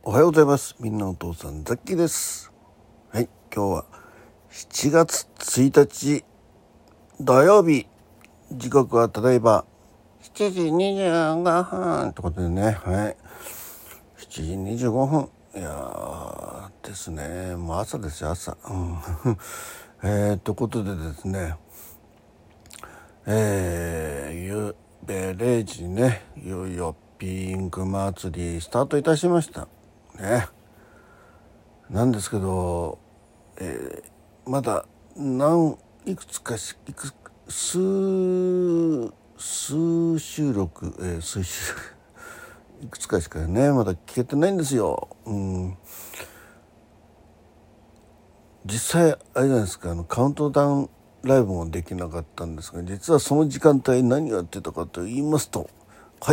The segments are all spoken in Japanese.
おはようございます。みんなお父さんザッキーです。はい、今日は7月1日土曜日、時刻はただいま7時25分ってことでね、はい、7時25分、いやーですね、もう朝ですよ、朝。ということでですね、ゆうべ0時にね、いよいよピンク祭りスタートいたしましたね。なんですけど、まだいくつか数収録、いくつかしかねまだ聞けてないんですよ。実際あれじゃないですか、カウントダウンライブもできなかったんですが、実はその時間帯何をやってたかと言いますと、はい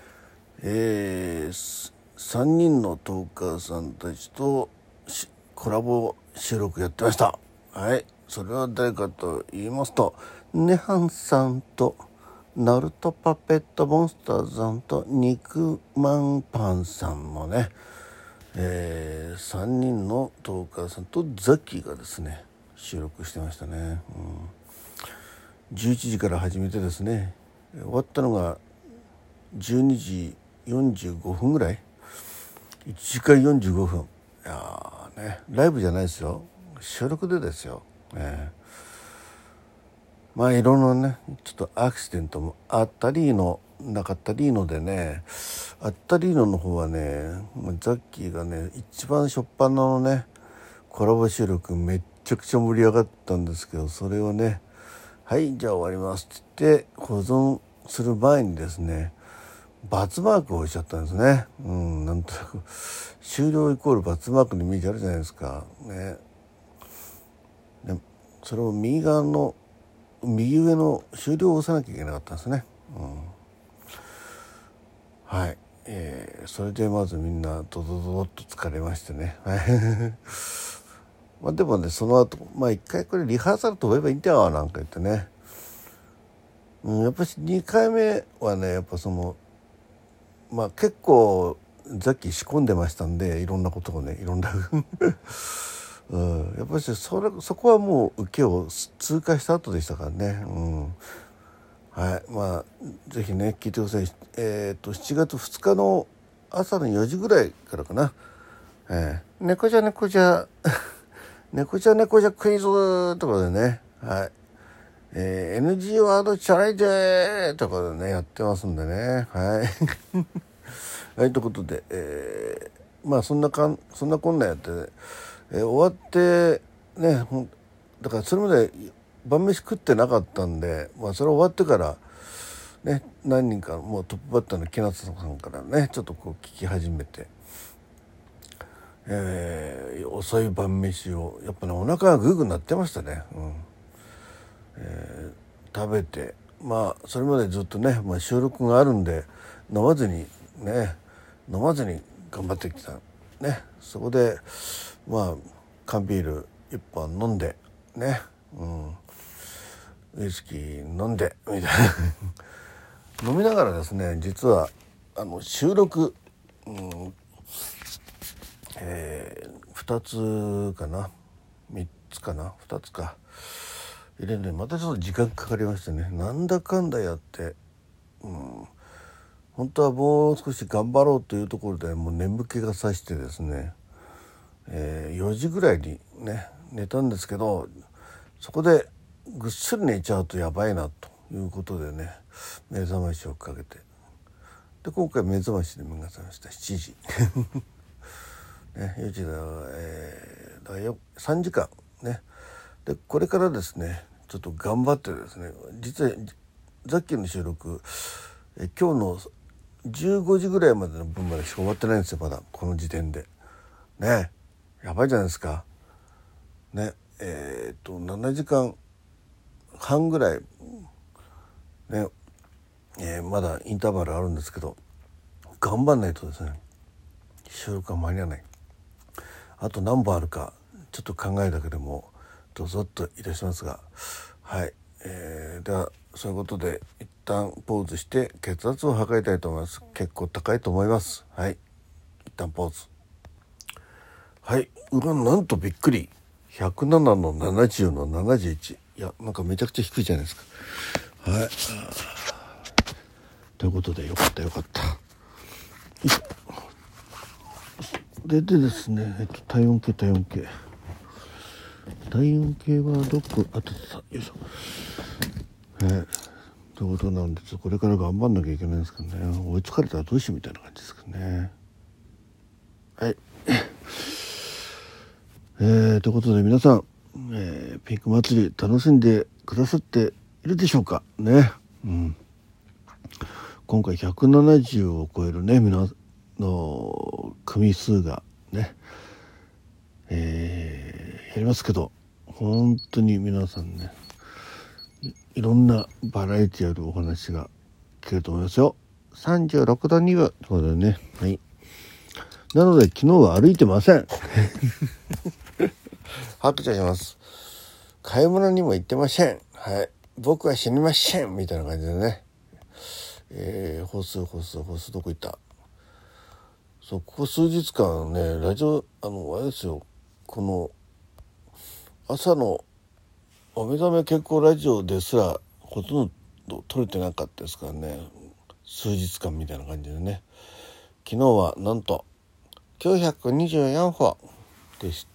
、3人のトーカーさんたちとコラボ収録やってました。はい、それは誰かと言いますと、ネハンさんとナルトパペットモンスターさんと肉まんパンさんのね、3人のトーカーさんとザッキーがですね収録してましたね。11時から始めてですね、終わったのが12時45分ぐらい、1時間45分。いやね、ライブじゃないですよ、収録でですよ。まあいろいろね、ちょっとアクシデントもあったりのなかったりのでね、あったりの方はね、ザッキーがね一番初っ端のねコラボ収録めっちゃくちゃ盛り上がったんですけど、それをね、はいじゃあ終わりますって言って保存する前にですね、×マークを押しちゃったんですね。なんとなく終了イコール×マークのイメージあるじゃないですかね。でそれを右上の終了を押さなきゃいけなかったんですね。はい、それでまずみんなドドドドッと疲れましてね。まあでもね、その後一回これリハーサルと思えばいいんだよなんか言ってね、やっぱり2回目はね、やっぱ結構ザッキー仕込んでましたんで、いろんなことをね、いろんなやっぱりそこはもう受けを通過した後でしたからね。はい、ぜひね聞いてください。7月2日の朝の4時ぐらいからかな。猫じゃ猫じゃ猫じゃ猫じゃクイズとかでね、はい、NG ワードチャレンジとかでねやってますんでね、はいはい、ということで、そんなこんなやって、終わってね、だからそれまで晩飯食ってなかったんで、それ終わってからね、何人かもうトップバッターの木夏さんからねちょっとこう聞き始めて、遅い晩飯をやっぱねお腹がグーグー鳴ってましたね。食べて、それまでずっとね、収録があるんで飲まずに頑張ってきたね。そこで缶ビール1本飲んでね、ウイスキー飲んでみたいな飲みながらですね、実は収録、2つかな3つかな2つか入れるのにまたちょっと時間かかりましてね、なんだかんだやって、本当はもう少し頑張ろうというところでもう眠気がさしてですね、4時ぐらいにね寝たんですけど、そこでぐっすり寝ちゃうとやばいなということでね、目覚ましをかけて、で今回目覚ましで目が覚めました。7時ね、4時だよ、3時間ね。でこれからですねちょっと頑張ってですね、実はさっきの収録、今日の15時ぐらいまでの分までしか終わってないんですよ、まだこの時点でね。やばいじゃないですかね。7時間半ぐらいね、まだインターバルあるんですけど、頑張んないとですね収録が間に合わない。あと何本あるかちょっと考えるだけでもドゾッといたしますが、はい、ではそういうことで一旦ポーズして血圧を測りたいと思います。結構高いと思います。はい、一旦ポーズ。 はい、なんとびっくり107の70の71、いやなんかめちゃくちゃ低いじゃないですか。はい、ということでよかったよかった。でですね、体温計はどこあったさ、よいしょ。ということなんでこれから頑張んなきゃいけないんですけどね、追いつかれたらどうしようみたいな感じですけどね。はいということで皆さん、ピンク祭り楽しんでくださっているでしょうかね。今回170を超えるね皆の組数がね、やりますけど、本当に皆さんね、いろんなバラエティあるお話が聞けると思いますよ。36度2分ということでね、はい。なので昨日は歩いてません。白状します。買い物にも行ってません。はい。僕は死にませんみたいな感じでね。ホスどこ行った。そう、ここ数日間ね、ラジオあれですよ。この朝のお目覚め健康ラジオですらほとんど撮れてなかったですからね。数日間みたいな感じでね。昨日はなんと924歩でした。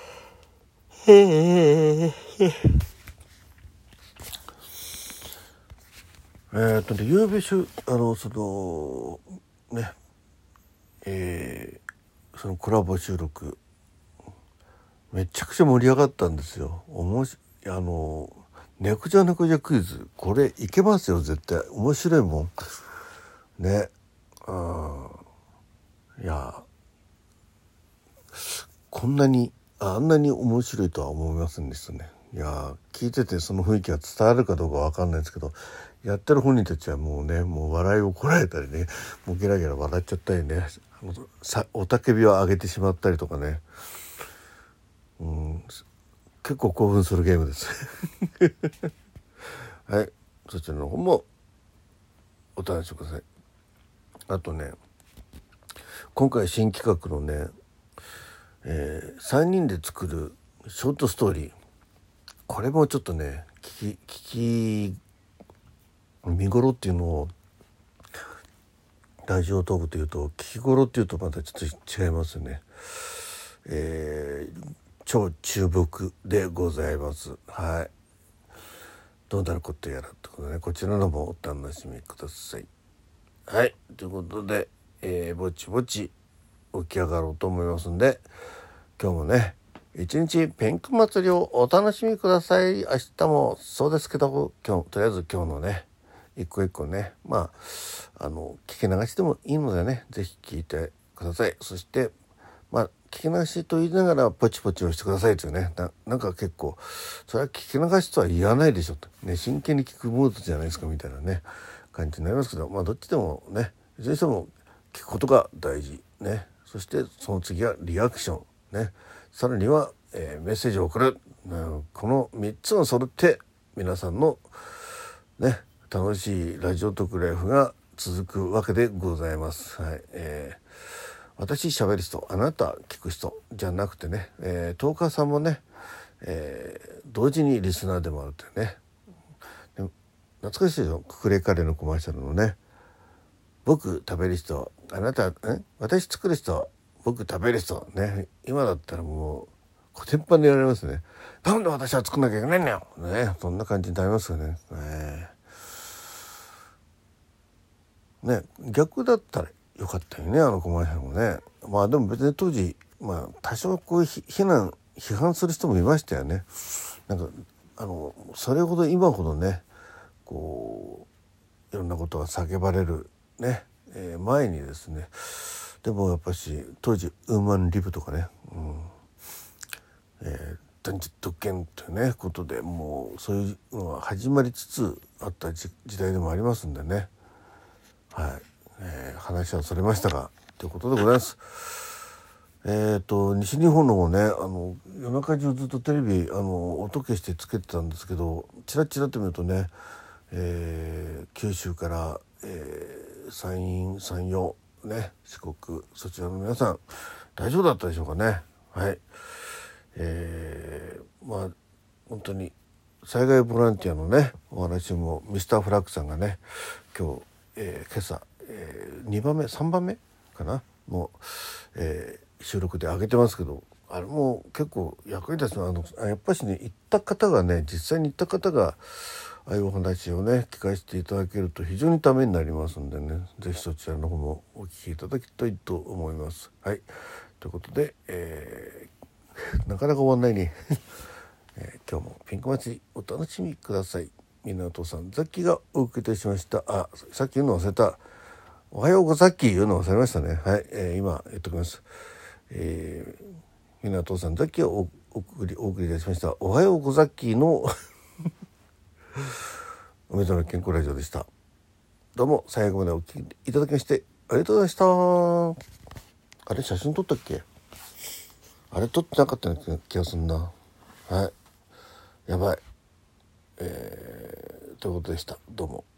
ゆうべそのねそのコラボ収録めちゃくちゃ盛り上がったんですよ。猫じゃクイズ、これいけますよ絶対。面白いもんね。いやあんなに面白いとは思いませんでしたね。いや聞いててその雰囲気が伝わるかどうかわかんないですけど、やってる本人たちはもう笑いをこらえたりね、もうゲラゲラ笑っちゃったりね、雄たけびを上げてしまったりとかね、結構興奮するゲームですはい、そちらの方もお楽しみください。あとね、今回新企画のね、3人で作るショートストーリー、これもちょっとね聞き見頃っていうのをラジオトークというと、聞き頃っていうとまたちょっと違いますよね。超注目でございます。はい、どうなることやらってことでね、こちらのもお楽しみください。はい、ということで、ぼちぼち起き上がろうと思いますんで、今日もね一日ペンク祭りをお楽しみください。明日もそうですけど、とりあえず今日のね一個一個ね、聞き流しでもいいのでね、ぜひ聞いてください。そして聞き流しと言いながらポチポチをしてくださいというね、なんか結構それは聞き流しとは言わないでしょとね、真剣に聞くモードじゃないですかみたいなね感じになりますけど、どっちでもね、いずれにしても聞くことが大事ね。そしてその次はリアクションね、さらには、メッセージを送る、この3つが揃って皆さんのね楽しいラジオトークライフが続くわけでございます。はい、私喋る人、あなた聞く人じゃなくてね、トーカーさんもね、同時にリスナーでもあるというね。で懐かしいでしょ、ククレカレーのコマーシャルのね、僕食べる人、あなた私作る人、僕食べる人ね。今だったらもうコテンパンで言われますね。なんで私は作んなきゃいけないんだよね、そんな感じになりますよね。逆だったらよかったよね、あのコマーシャルもね。でも別に当時多少こう批判する人もいましたよね。それほど今ほどねこういろんなことが叫ばれるね、前にですね、でもやっぱし当時ウーマンリブとかね、断じ特権というねことで、もうそういうのが始まりつつあった時代でもありますんでね。はい、話はそれましたがということでございます。西日本の方ね、夜中中ずっとテレビ音消してつけてたんですけど、チラチラと見るとね、九州から、山陰山陽ね、四国、そちらの皆さん大丈夫だったでしょうかね。 はい。まあ本当に災害ボランティアのねお話もミスターフラッグさんがね今日、今朝、2番目3番目かなもう、収録で上げてますけど、あれも結構役に立つのやっぱしね行った方がね実際に行った方がああいうお話をね聞かせていただけると非常にためになりますんでね、ぜひそちらの方もお聞きいただきたいと思います。はい、ということで、なかなか終わんないね、今日もピンク祭りお楽しみください。港さんザッキーがお送りいたしました。さっき言うの忘れた。おはようござっき言うの忘れましたね。はい、今言っときます。港さんザッキーがお送りいたしました。おはようござっきのおめでとうの健康ラジオでした。どうも最後までお聞きいただきましてありがとうございました。あれ写真撮ったっけ？あれ撮ってなかったような気がするな。はい、やばい。ということでした。どうも。